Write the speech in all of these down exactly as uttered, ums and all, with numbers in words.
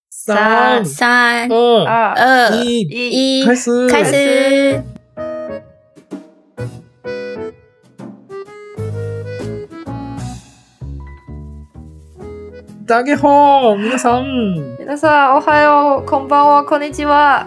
三、 三、 二、 二、 一， 一， 开始， 开始。 大家好，皆さん。 皆さん、おはよう、こんばんは、こんにちは。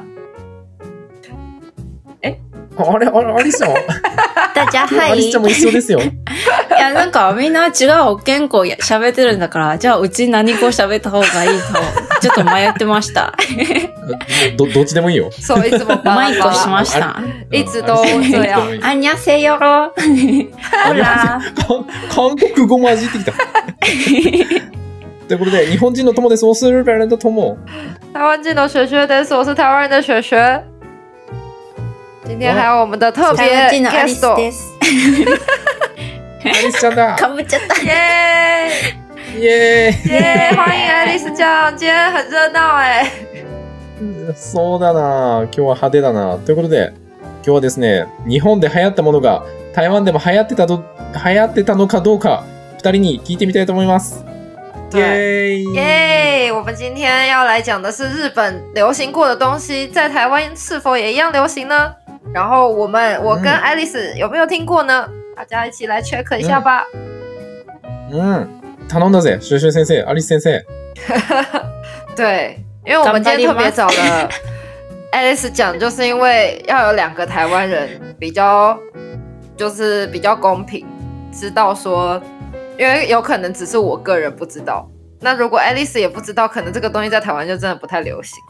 あれ、あれ、アリスちゃん。 大家アはい。 リスちゃんも一緒ですよ。 いや、なんかみんな違う方言語喋ってるんだから、じゃあうち何語喋った方がいいと、ちょっと迷ってました。 ど、どっちでもいいよ。 そう、いつもバマイクしラバラ。 ました。 いつどうぞや。 アンニャセヨロ。ほら。 韓国語混じってきた。ということで、日本人の友です。我是日本人的友。 台湾人的雪雪です。我是台湾人的雪雪。今天还有我们的特别台湾人のアリス guest， です。 アリスちゃんだ。 かぶっちゃった。 耶イエーイ。 耶！欢迎爱丽丝酱，今天很热闹哎。 そうだな。今日は派手だな。ということで、今日はですね、日本で流行ったものが台湾でも流行ってたど、流行ってたのかどうか、二人に聞いてみたいと思います。イエーイ。 耶！我们今天要来讲的是日本流行过的东西，在台湾是否也一样流行呢？然后我们，我跟爱丽丝有没有听过呢？大家一起来 check 一下吧。 うん。頼んだぜ。シュシュ先生、アリス先生。 对，因为我们今天特别找了 Alice 讲，就是因为要有两个台湾人比较，就是比较公平，知道说，因为有可能只是我个人不知道，那如果 Alice 也不知道，可能这个东西在台湾就真的不太流行。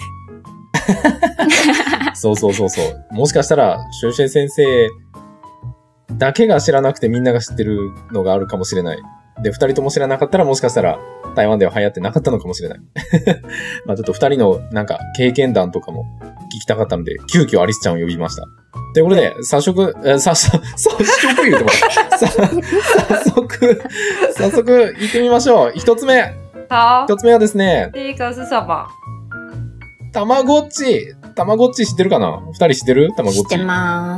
そうそうそうそう。もしかしたら、シュシュ先生だけが知らなくてみんなが知ってるのがあるかもしれない。で、二人とも知らなかったらもしかしたら台湾では流行ってなかったのかもしれない。まあちょっと二人のなんか経験談とかも聞きたかったので、急遽アリスちゃんを呼びました。ということで、早速、えさ、さ、早速言うてもらう。さ、早速、早速行ってみましょう。一つ目。 好， 一つ目はですね、 第一个是什么？ たまごっち。たまごっち知ってるかな？二人知ってる？たまごっち。 知ってます。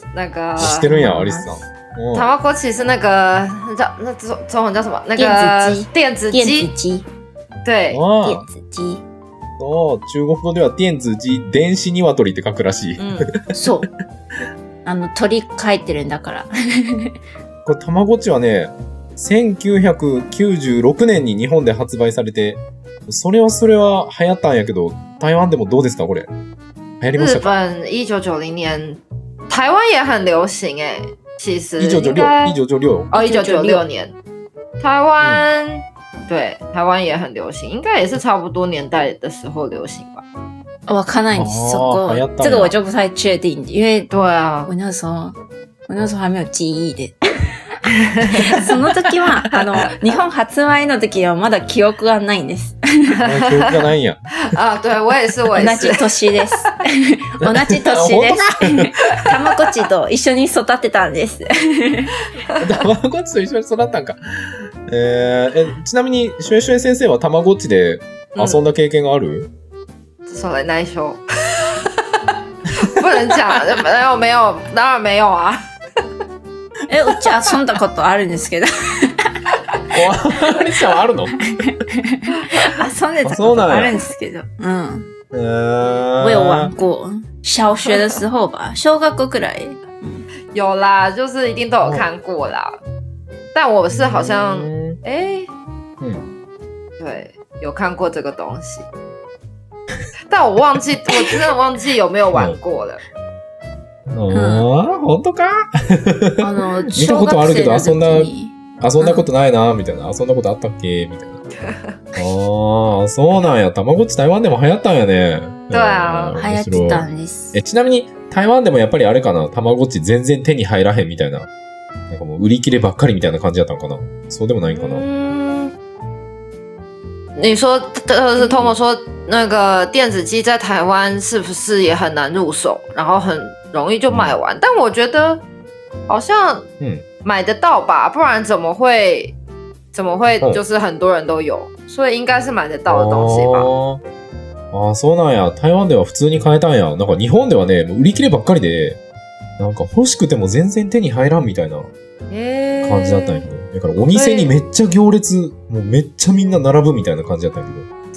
那个知ってるんや、アリスさん。うん塔马锅其是那个叫那中中文叫什么？那个电子电子電子机， 機。 对， ああ電子機。 そう、中国語では電子字、電子鶏って書くらしい。 嗯， そう。あの、鳥書いてるんだから。 これ、たまごっちはね、せんきゅうひゃくきゅうじゅうろくねんに日本で発売されて、それはそれは流行ったんやけど、台湾でもどうですかこれ。流行りまし日たか本一九九零年，台湾也很流行哎、其实一九九六、 应该一九九六。 哦，一九九六年，台湾、嗯、对台湾也很流行，应该也是差不多年代的时候流行吧。 わかんないんです。そこ流行ったんや。 这个我就不太确定，因为对啊， 我那时候我那时候还没有記憶で。その時は、あの、日本発売の時はまだ記憶がないんです。 あ記憶がないんや。 啊，对我也是，我也同是じ。年です。同じ年です。たまごっちと一緒に育ってたんです。 たまごっちと一緒に育ったんか。えー、えちなみに、シュエシュエ先生はたまごっちで遊んだ経験がある？ 少来内緒，不能讲，没有没有，当然没有啊。 え、うち遊んだことあるんですけど。 アリスちゃんはあるの？ 遊んでたことあるんですけど。嗯。 呃， 我有玩过，小学的时候吧，小学くらい。 有啦，就是一定都有看过啦。但我是好像，哎、 嗯， 对，有看过这个东西，但我忘记，我真的忘记有没有玩过了。 ああ、本当か？ あの、 見たことあるけど小学生の時に遊んだことないな、みたいな。遊んだことあったっけみたいな。ああ、そうなんや。たまごっち台湾でも流行ったんやね。 对啊流行ってたんです。 え、ちなみに台湾でもやっぱりあれかな、たまごっち全然手に入らへんみたいな。なんかもう売り切ればっかりみたいな感じだったのかな。そうでもないんかな。 嗯，你说，呃，是 Tomo 说那个电子机在台湾是不是也很难入手，然后很容易就卖完？但我觉得好像嗯买得到吧，不然怎么会怎么会就是很多人都有？所以应该是买得到的东西吧。 ああ、そうなんや。台湾では普通に買えたんや。なんか日本ではね、もう売り切ればっかりで、なんか欲しくても全然手に入らんみたいな感じだったんやけど。だからお店にめっちゃ行列、もうめっちゃみんな並ぶみたいな感じだったんやけど。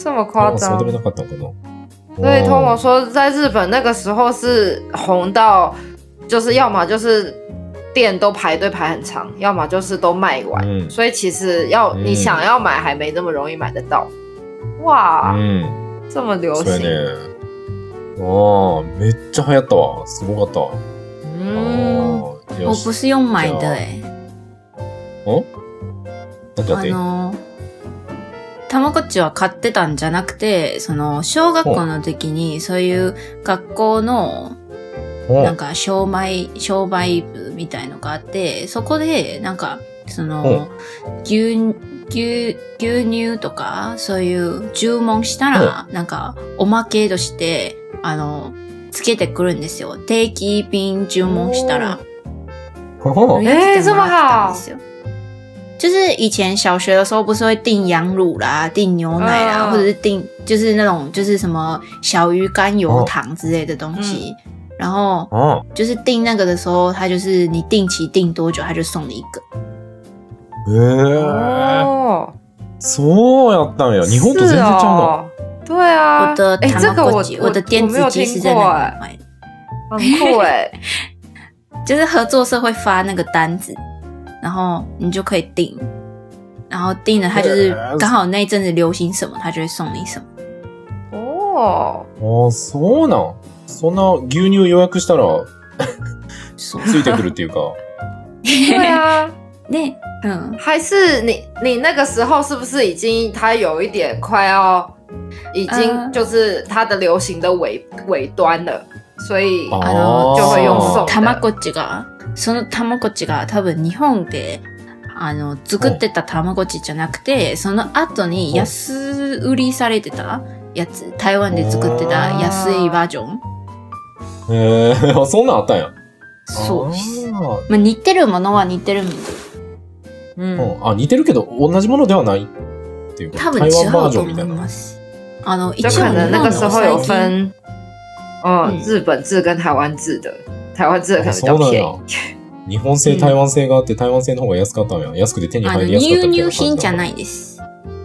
这么夸张？ そうでもなかったのかな。 所以 Tomo 说，在日本那个时候是红到，就是要么就是店都排队排很长，要么就是都卖完。嗯、所以其实要、嗯、你想要买还没那么容易买得到。哇，嗯、这么流行。そうやね。 哦，めっちゃ流行ったわ，すごかった。 嗯，我不是用买的哎。 哦？なんでだって？ あの。たまごっちは買ってたんじゃなくて、その、小学校の時に、そういう学校の、なんか、商売、商売部みたいのがあって、そこで、なんか、その、牛、牛、牛乳とか、そういう注文したら、なんか、おまけとして、あの、つけてくるんですよ。定期便注文したら。 えー、这么好。 就是以前小学的时候不是会订羊乳啦，订牛奶啦，哦、或者是订就是那种就是什么小鱼干油糖之类的东西，哦、然后就是订那个的时候，它就是你定期订多久，它就送你一个。 へー、哦、そうやったんや。日本と全然ちゃうな。 对啊， 我的たまごっち，我的电子鸡是在那里买的， 很酷哎。 就是合作社会发那个单子。然后你就可以订，然后订了它就是刚好那一阵子流行什么，它就会送你什么。 哦， 哦，そうなん。そんな牛乳予約したらついてくるっていうか。 对啊， ね、嗯， 还是你你那个时候是不是已经它有一点快要已经就是它的流行的尾尾端了，所以あの就会用送的。 たまごっちが。そのたまごっちが多分日本であの作ってたたまごっちじゃなくて、その後に安売りされてたやつ、台湾で作ってた安いバージョン。 へー、そんなんあったんや。 そうです。まあ、似てるものは似てるみたい。 うん。あ、似てるけど同じものではないっていうか。 多分違うと思います。あの一応那个时候有分，嗯，日本制跟台湾制的。台湾制的可能比较便宜。 日本製、台湾製があって、台湾製の方が安かったんや。安くて手に入りやすかったみたいな感じ。 輸入品じゃないです。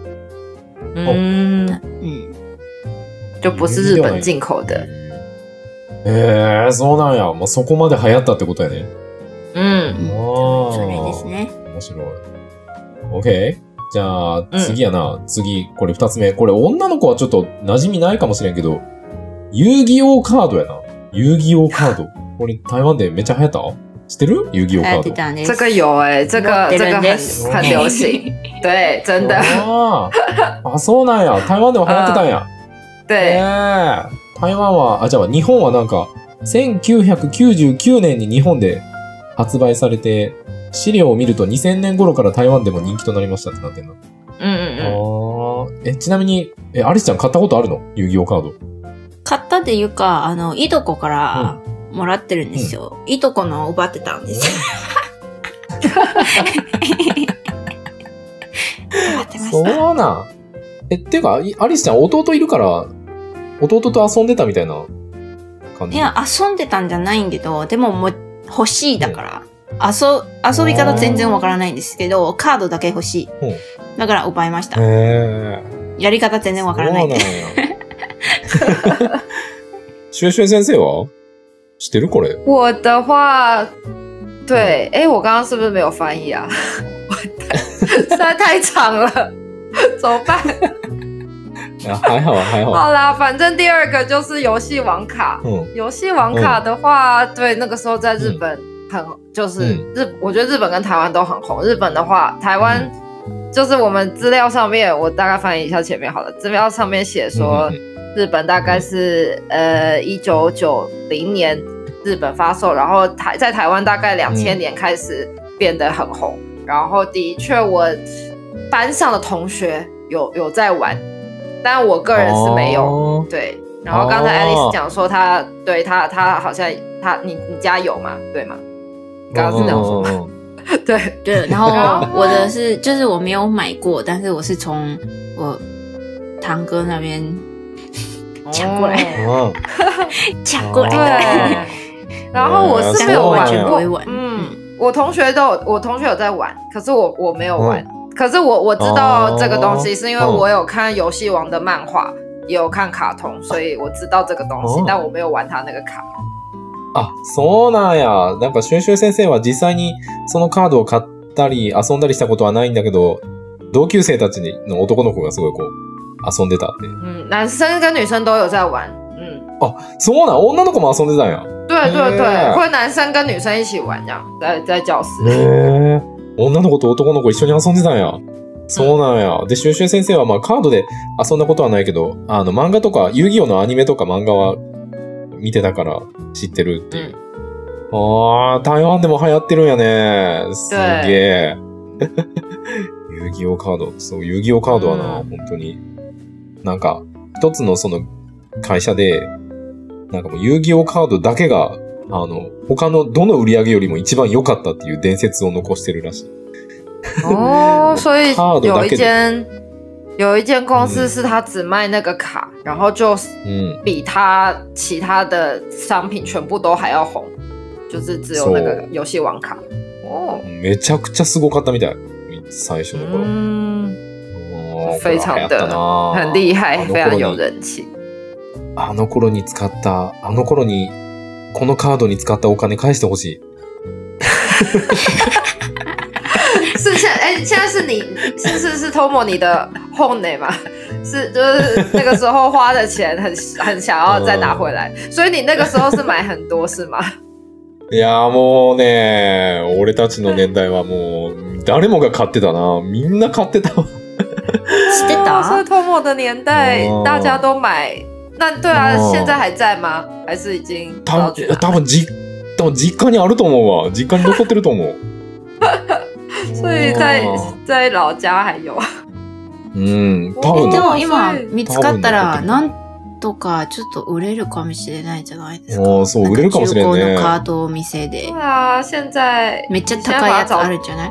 嗯嗯，就不是日本进口的。 えー、そうなんや。もうそこまで流行ったってことやね。 うん。 ああ。それですね。 面白い。OK。じゃあ、次やな。うん、次、これ二つ目。これ女の子はちょっと馴染みないかもしれんけど、遊戯王カードやな。遊戯王カード。これ台湾でめっちゃ流行った知ってる遊戯王カード。 这个有哎、欸，这个这个很很流行。对，真的。 ああ、そうなんや。台湾でも流行ってたんや。 对。 えー、台湾は、あ、じゃあ日本はなんか、せんきゅうひゃくきゅうじゅうきゅうねんに日本で発売されて、資料を見るとにせんねん頃から台湾でも人気となりましたってなってんの。 うんうんうん。 ああ、え、ちなみに、え、アリスちゃん買ったことあるの遊戯王カード。 買ったっていうか、あの、いとこから、うんもらってるんですよ。うん、いとこの奪ってたんですよ。奪ってました。 そうなん。え、っていうか、アリスちゃん弟いるから、弟と遊んでたみたいな感じ？ いや、遊んでたんじゃないんけど、でももう欲しいだから。うん、遊、遊び方全然わからないんですけど、カードだけ欲しい。うん、だから奪いました。 へー。やり方全然わからない。 そうなんや。シュエシュエ先生は知ってるこれ？ 我的话，对，哎，我刚刚是不是没有翻译啊？实在太长了，怎么办？ 啊，还好，还好。 好啦，反正第二个就是游戏王卡。嗯，游戏王卡的话，嗯、对，那个时候在日本很，嗯、就是日，嗯、我觉得日本跟台湾都很红。日本的话，台湾、嗯、就是我们资料上面，我大概翻译一下前面好了，资料上面写说。嗯日本大概是呃一九九零年日本发售，然后台在台湾大概两千年开始变得很红，嗯、然后的确我班上的同学有有在玩，但我个人是没有。哦、对，然后刚才 Alice 讲说他、哦、对他他好像他你你家有嘛？对吗？刚刚是这样说吗？哦、对对，然后我的是就是我没有买过，但是我是从我堂哥那边。抢过来，抢过来。 对，然后我是没有玩过，嗯，我同学都有，我同学有在玩，可是我我没有玩。 可是我我知道这个东西，是因为我有看游戏王的漫画，也有看卡通，所以我知道这个东西，但我没有玩它那个卡。 あ、そうなんや。なんか、シュンシュン先生は実際にそのカードを買ったり遊んだりしたことはないんだけど、同級生たちの男の子がすごいこう、遊んでたって。 嗯，男生跟女生都有在玩。嗯。 あ、そうなん。女の子も遊んでたんや。 对对对，会男生跟女生一起玩这样，在在教室。 へー。女の子と男の子一緒に遊んでたんや。そうなんや。で、シュンシュン先生はまあカードで遊んだことはないけど、あの漫画とか、遊戯王のアニメとか漫画は見てたから知ってるっていう。うん、あー、台湾でも流行ってるんやね。すげえ。遊戯王カード。そう、遊戯王カードはな、うん、本当に。なんか、一つのその会社で、なんかもう遊戯王カードだけが、あの、他のどの売り上げよりも一番良かったっていう伝説を残してるらしい。 哦，所以有一间有一间公司是他只卖那个卡，嗯、然后就比他其他的商品全部都还要红，就是只有那个遊戲王卡。 哦，めちゃくちゃすごかったみたい。最初の頃。 嗯，非常的很厉害，非常有人气。 あの頃に使った、あの頃にこのカードに使ったお金返してほしい。 是现哎、欸，现在是你是是是 Tomo 你的 home 吗？是就是那个时候花的钱很很想要再拿回来，所以你那个时候是买很多是吗？ いやもうね、俺たちの年代はもう誰もが買ってたな、みんな買ってた。 知ってた？ 所以 Tomo 的年代大家都买，那对啊，现在还在吗？还是已经？ 多分多分実多分実家にあると思うわ、実家に残ってると思う。 所以在在老家还有。 うん、多分。 でも今見つかったらなんとかちょっと売れるかもしれないじゃないですか。 ああ、そう売れるかもしれんね。 中古のカード店で。 ああ、現在めっちゃ高いやつあるじゃない？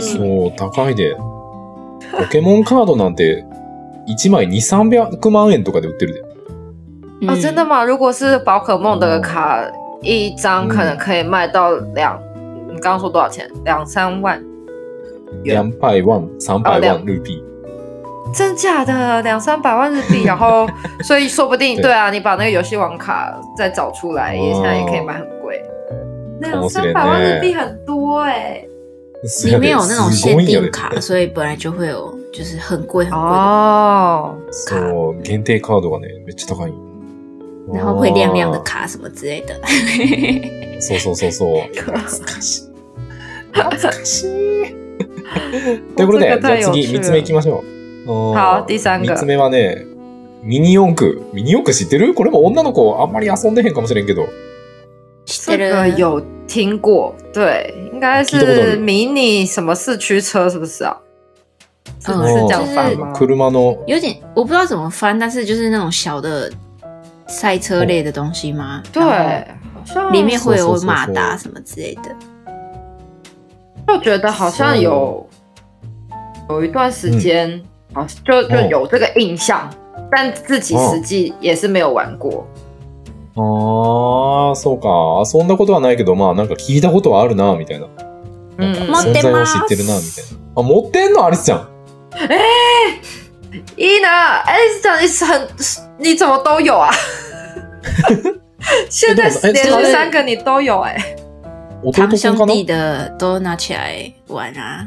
そう高いで。ポケモンカードなんていちまいに、さんびゃくまんえんとかで売ってるで。 哦，真的吗？如果是宝可梦的卡，一张可能可以卖到两。你刚刚说多少钱？两三万元？两百万、三百万日币。 真假的？两三百万日币，然后所以说不定对啊，你把那个游戏王卡再找出来，也现在也可以卖很贵。两三百万日币很多哎、 欸。里面有那种限定卡，所以本来就会有就是很贵很贵的哦。 そう限定カードがねめっちゃ高い。 然后会亮亮的卡什么之类的。 そうそうそうそう。懐かしい。懐かしい。ということで、じゃあ次みっつめいきましょう。 好、第三個。 みっつめはね、ミニ四駆。ミニ四駆知ってる？これも女の子あんまり遊んでへんかもしれんけど。 知ってる。 这个有听过，对，应该是迷你什么四驱车，是不是啊？是不是这样翻吗？ 車の有点我不知道怎么翻，但是就是那种小的赛车类的东西吗？ 对， 里面会有马达什么之类的。 就觉得好像有有一段时间，好、嗯、就就有这个印象，哦、但自己实際也是没有玩过。 ああ、そうか。遊んだことはないけど、まあなんか聞いたことはあるなみたいな。 うん、 存在は知ってるなみたいな。あ、持ってんのアリスちゃん。 えー、いいな。アリスちゃん，你很你怎么都有啊？现在连续三个你都有哎、欸。 堂兄弟的都拿起来玩啊。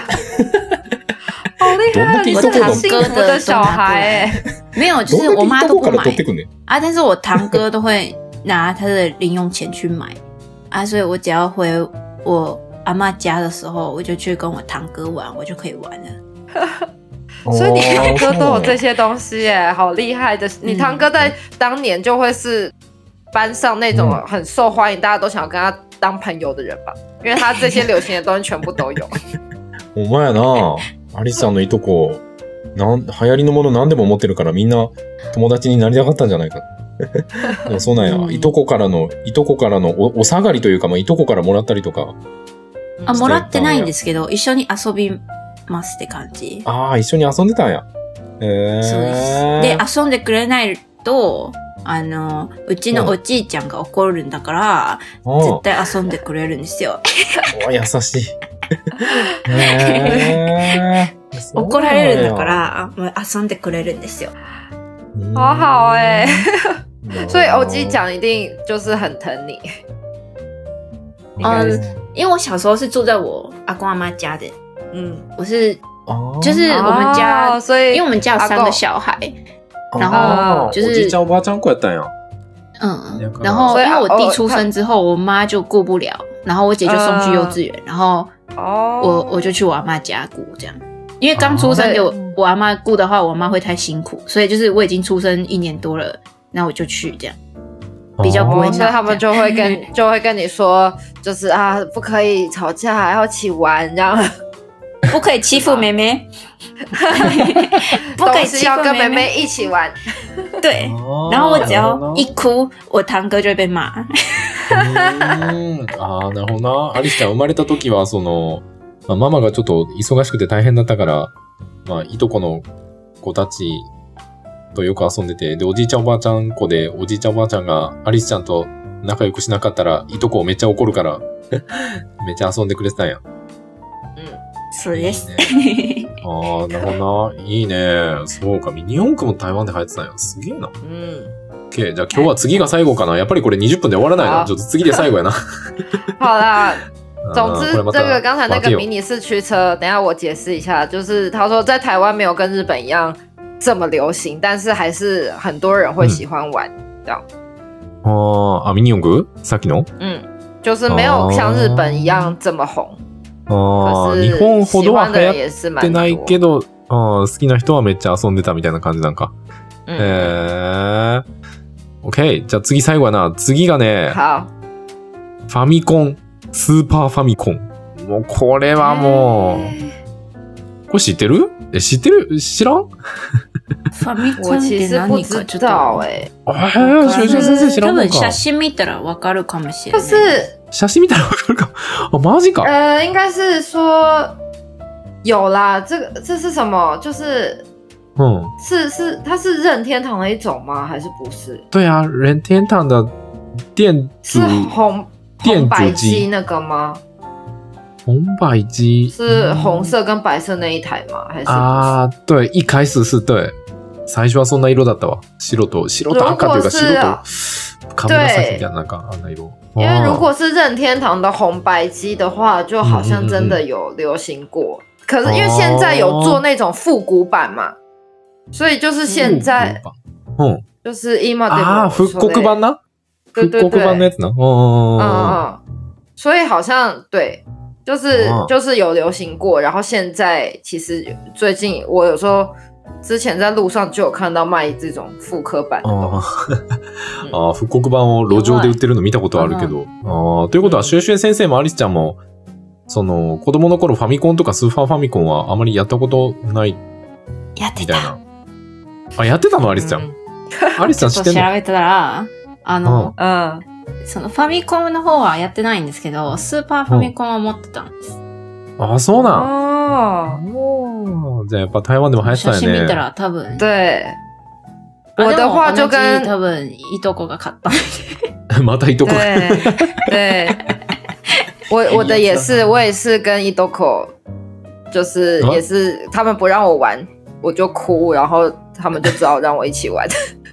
好厉害！你是堂幸福的小孩哎、欸。 没有，就是我妈都不买啊，但是我堂哥都会拿他的零用钱去买啊，所以我只要回我阿嬷家的时候，我就去跟我堂哥玩，我就可以玩了。 所以你堂哥都有这些东西耶，好厉害的！你堂哥在当年就会是班上那种很受欢迎，大家都想要跟他当朋友的人吧，因为他这些流行的东西全部都有。 お前やな、アリスさんのいとこ。なん流行りのもの何でも持ってるからみんな友達になりたかったんじゃないか。でもそうなんや、うん、いとこからのいとこからの お, お下がりというか、まあ、いとこからもらったりとか。 あ、もらってないんですけど一緒に遊びますって感じ。 ああ、一緒に遊んでたんや。へえ。 そうです。で遊んでくれないとあのうちのおじいちゃんが怒るんだから、うん、絶対遊んでくれるんですよ。 お優しい。 へー怒られるんだか。ら、もう遊んでくれるんですよ。 好好哎、 嗯所以欧基讲一定就是很疼你。 嗯，因为我小时候是住在我阿公阿妈家的， 嗯， 我是哦就是我们家， 哦所以因为我们家有三个小孩，然后哦就是おじいちゃんおばあちゃん子やったんや。 嗯，然后因为我弟出生之后，我妈就顾不了，然后我姐就送去幼稚园，然后哦， 我我就去我阿妈家顾这样。因为刚出生给我、 哦我阿妈顾的话，我妈会太辛苦，所以就是我已经出生一年多了，那我就去这样，比较不会哦闹。 所以他们就会跟就会跟你说，就是啊，不可以吵架，要一起玩，这样。 不可以欺负妹妹，不可以欺都是要负妹妹。 跟妹妹一起玩。 对， 哦然后我只要一哭，我堂哥就会被骂。 うーんああ、なるほどな。アリスちゃん生まれた時は、その、まあ、ママがちょっと忙しくて大変だったから、まあ、いとこの子たちとよく遊んでて、で、おじいちゃんおばあちゃん子で、おじいちゃんおばあちゃんがアリスちゃんと仲良くしなかったら、いとこめっちゃ怒るから、めっちゃ遊んでくれてたんや。 そうです。 いいねああ、なるほどな。いいね。そうか。ミニ四駆も台湾で流行ってたんや。すげえな。 嗯， OK。じゃあ今日は次が最後かな。やっぱりこれにじゅっぷんで終わらないな。 好ちょっと次で最後やな。 好啦。总之あーこれまた这个刚才那个話を迷你四驱车，等一下我解释一下，就是他说在台湾没有跟日本一样这么流行，但是还是很多人会喜欢玩，这样。 あーあ、ミニ四駆さっきの嗯，就是没有像日本一样这么红， ああ、 可是日本ほ喜どは流行っ欢的人也是蛮てない多。 けど、あー好きな人はめっちゃ遊んでたみたいな感じなんか。 嗯， へー。OK。じゃあ次最後やな。次がね、 好， ファミコン、スーパーファミコン。もうこれはもう、これ知ってるえ、知ってる知らんファミコンっ我其て实不何かちょっ知道と。 哎、 えー、シュウシュウ先生知らんのか多分写。真見たらわかるかもしれない。 就是写真見たらわかるかも。あ、マジか。 呃，应该是说有啦，这个这是什么？就是うん。 是是它是任天堂的一种吗？还是不是？ 对啊，任天堂的电是子红电红白子机机那个吗？ 红白机是红色跟白色那一台吗？还是不是？ あー、对、一開始是对。最初はそんな色だったわ。白と、白と赤というか如果是白啊とカムラサキみたいななんかあんな色。 因为如あー果是任天堂的红白机的话，就好像真的有流行过。可是因为现在有做那种复古版嘛，所以就是现在うん。 就是今でああ、 も復刻版な对对復刻版の对， やつな。うんうんうん嗯うん。 嗯，所以好像对，就是哦就是有流行过，然后现在其实最近我有时候之前在路上就有看到卖这种复刻版的东あ西。 ーあー、復刻版を路上で売ってるの見たことあるけど。ああ、ということは、シュウシュウ先生もアリスちゃんも、その、子供の頃ファミコンとかスーパーファミコンはあまりやったことないやってた。 みたいな。あ、やってたのアリスちゃん。アリスちゃん知ちょっんのってと調べたら、あの、 嗯， そのファミコンの方はやってないんですけど、スーパーファミコンは持ってたんです。 あ、そうなん。 哦， おーじゃあやっぱ台湾でも流行ってた写よね。 真見たら多分。 对， あ我的話就でも同じ跟多分、いとこが買った。 またいとこ。 对对，我我的也是，我也是跟 Idoko，就是啊也是他们不让我玩，我就哭，然后他们就只好让我一起玩。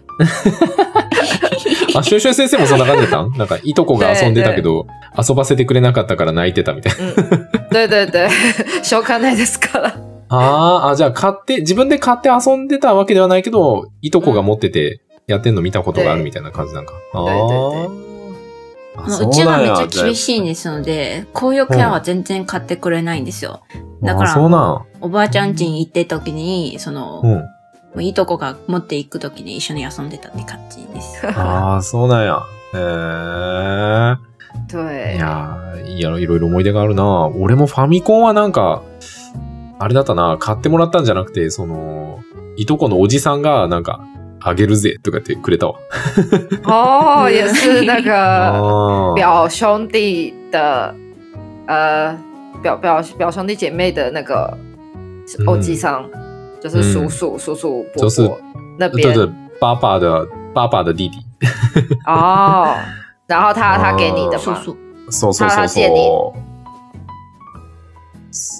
あ、シュウシュウ先生もそんな感じだったんなんか、いとこが遊んでたけど、遊ばせてくれなかったから泣いてたみたいな。 嗯，对对对，しょうがないですから。 あーあ、じゃあ買って、自分で買って遊んでたわけではないけど、いとこが持ってて、やってんの見たことがあるみたいな感じなんか。あ对对ーああのうちはめっちゃ厳い。 しいんですので、こういうキャラは全然買ってくれないんですよ。だかあらそうなん。 おばあちゃん家に行って時に、その、 うん。 もういとこが持っていく時に一緒に遊んでたって感じです。 ああ、そうなんや。へえ。 对いやー、いや、いろいろ思い出があるな。俺もファミコンはなんか、あれだったな、買ってもらったんじゃなくて、その、いとこのおじさんがなんか、あげるぜとかってくれたわ。 哦，也是那个あー表兄弟的，呃，表表表兄弟姐妹的那个欧基桑，就是叔叔、叔叔伯就是伯那边对对，爸爸的爸爸的弟弟。 哦，然后他他给你的吗？ そうそう。 そうそうそう他他借你そう。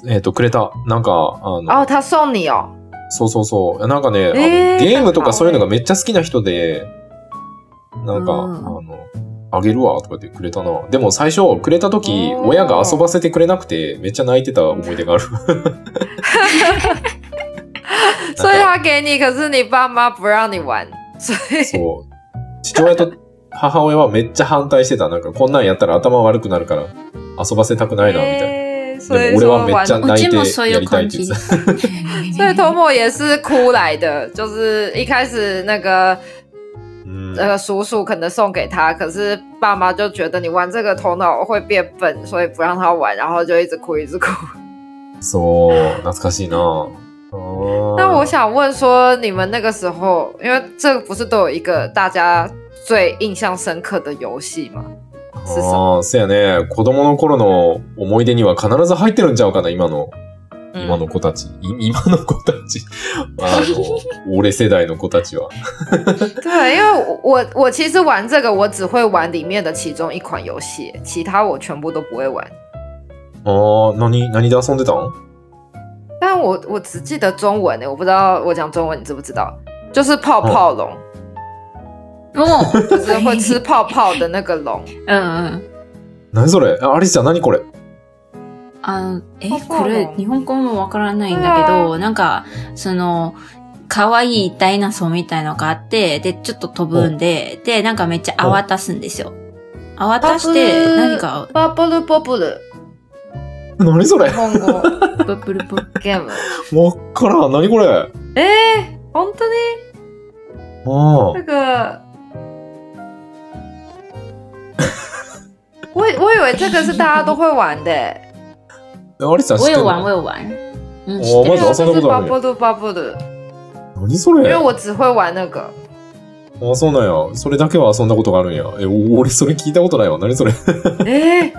えっと、くれた。なんか、あの、 哦，他送你哦。 そうそうそう。なんかね、あのえーゲームとかそういうのがめっちゃ好きな人で、なんか、 うんあの、あげるわとか言ってくれたな。でも最初くれた時、 おー親が遊ばせてくれなくて、めっちゃ泣いてた思い出がある。 所以他给你，可是你爸妈不让你玩，所以そう。父親と母親はめっちゃ反対してた。なんかこんなんやったら頭悪くなるから遊ばせたくないな、みたいな。 えー所以でも俺はめっちゃ说玩， うち泣いてもそういうやりたいっ感じて言ってた。 所以头莫也是哭来的，就是一开始那个うん那个叔叔可能送给他，可是爸妈就觉得你玩这个头脑会变笨，所以不让他玩，然后就一直哭一直哭。 そう、懐かしいな。あー那我想问说，你们那个时候，因为这个不是都有一个大家最印象深刻的游戏吗？是什么？ ああ、そやね。子供の頃の思い出には必ず入ってるんちゃうかな、今の。今の子たち。い今の子たち。あの、俺世代の子たちは。 对，因为我我我其实玩这个，我只会玩里面的其中一款游戏，其他我全部都不会玩。 ああ、何、何で遊んでたん？ 但我我只记得中文诶，我不知道我讲中文你知不知道？就是泡泡龙， お就是会吃泡泡的那个龙。 うんうん。 何それ？あアリスちゃん何これ？ あの、え、 そうこれ、日本語もわからないんだけど、なんか、その、可愛いダイナソーみたいのがあって、で、ちょっと飛ぶんで、で、なんかめっちゃ泡立つんですよ。泡立して、何か、 バブルボブル何それ？ 日本語ブブルブルゲーム。 わっからん。何これ？ えー、本当にあ那个。我我以为这个是大家都会玩的欸， あ。アリスちゃん知ってん我有玩、我の？ 有玩。うん、 おー知ってる。 まず遊んだことあるんやバブルバブル， 何それ？ 因为我只会玩那个。 あ、そうなんや。それだけは遊んだことがあるんや。え、お俺それ聞いたことないわ。何それ？ えー、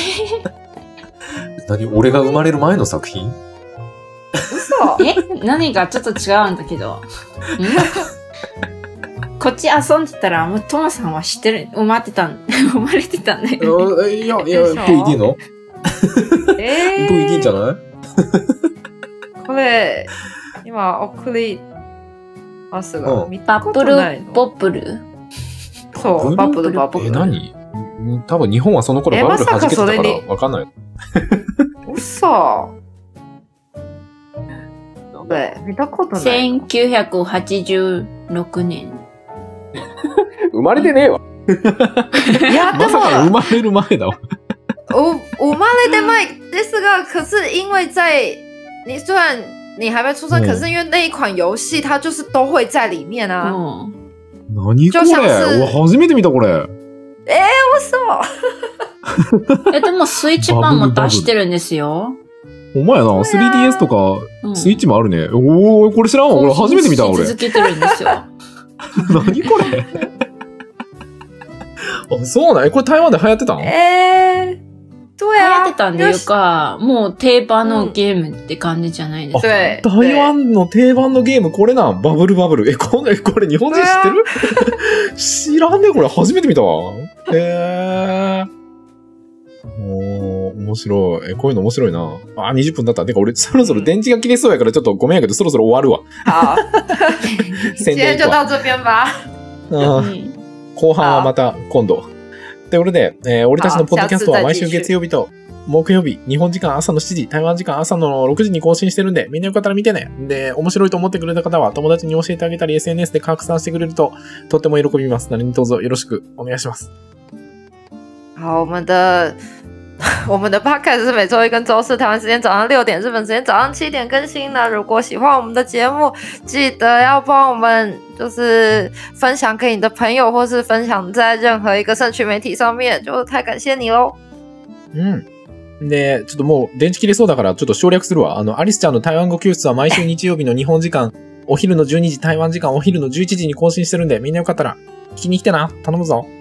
何？俺が生まれる前の作品？ 嘘。 え何がちょっと違うんだけど。んこっち遊んでたら、もうトモさんは知ってる、生まれてたん、生まれてたんだよ。 あいや、いや、 でしょ不一定の？ えー、 不一定じゃない？ これ今送りますが、 うん見たバップことないル、 の。 ボップルそう、バップルバップル。 え、何？ん多分日本はその頃えバブル弾けてたからまさかそれにわかんない。 嘘。对、見たことない。 せんきゅうひゃくはちじゅうろくねん。 生まれてねえわ。 いや、でまさか生もまれる前だわ。 我我妈来的麦ですが，可是因为在你虽然你还没出生， 嗯可是因为那一款游戏它就是都会在里面啊。 うん。 何こ就像れ？ 是うわ初めて見たこれ。 嘘。 え、でもスイッチ版も出してるんですよ。 お前やな、スリーディーエス とかうんスイッチもあるね。おー、これ知らんわ。俺初めて見たわ、俺。 続けてるんですよ。 何これ？あ、そうなん？え、これ台湾で流行ってたん？ えー、对流行啊， ってたんでいうか、もう定番のゲームって感じじゃないですか。 对台湾の定番のゲームこれなん？バブルバブル。え、これ、これ日本人知ってる？知らんね、これ初めて見たわ。へー。おー、面白い。え、こういうの面白いな。あ、にじゅっぷんだった。てか俺、そろそろ電池が切れそうやからちょっとごめんやけど、そろそろ終わるわ。 好， 宣今天伝行くわ。 就到这边吧。 あーうん後半はまた今度。ということで、えー俺たちのポッドキャストは毎週月曜日と木曜日、日本時間朝のしちじ、台湾時間朝のろくじに更新してるんで、みんなよかったら見てね。で、面白いと思ってくれた方は友達に教えてあげたり エスエヌエス で拡散してくれるととっても喜びます。何卒よろしくお願いします。 好，我们的我们的 podcast 是每周一跟周四台湾时间早上六点，日本时间早上七点更新的。如果喜欢我们的节目，记得要帮我们就是分享给你的朋友，或是分享在任何一个社区媒体上面，就太感谢你喽。 うん。で、ちょっともう電池切れそうだからちょっと省略するわ。あの、アリスちゃんの台湾語教室は毎週日曜日の日本時間、お昼のじゅうにじ、台湾時間お昼のじゅういちじに更新してるんで、みんなよかったら聞きに来てな。頼むぞ。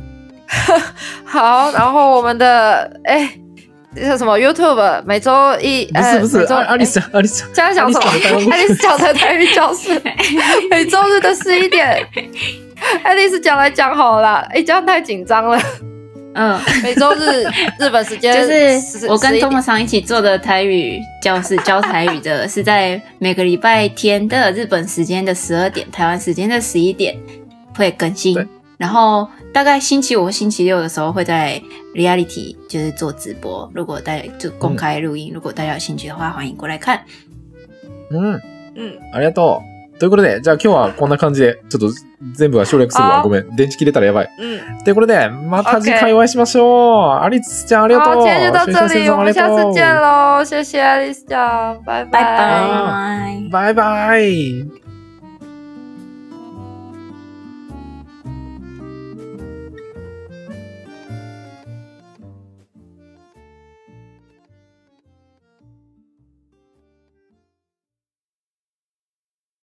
好，然后我们的哎，这是什么 YouTube 每周一不是不是， 每周アリスちゃん、アリスちゃん。 这样讲什么？爱丽丝讲的台语教室，每周日的十一点，爱丽丝讲来讲好了啦。哎，这样太紧张了。 嗯， 每周日日本时间就是我跟托马桑一起做的台语教室教台语的，是在每个礼拜天的日本时间的十二点，台湾时间的十一点会更新。然后大概星期五或星期六的时候会在 Reality 就是做直播，如果大家就公开录音、嗯、如果大家有興趣的話歡迎過來看。 うん。うん。ありがとう。ということで、じゃあ今日はこんな感じで、ちょっと全部が省略するわ。ごめん。電池切れたらやばい。うん。ということで、また次回お会いしましょう。アリスちゃんありがとう。 好，今天就到这里，我们下次见喽。谢谢アリスちゃん，拜拜。 拜拜。 拜拜。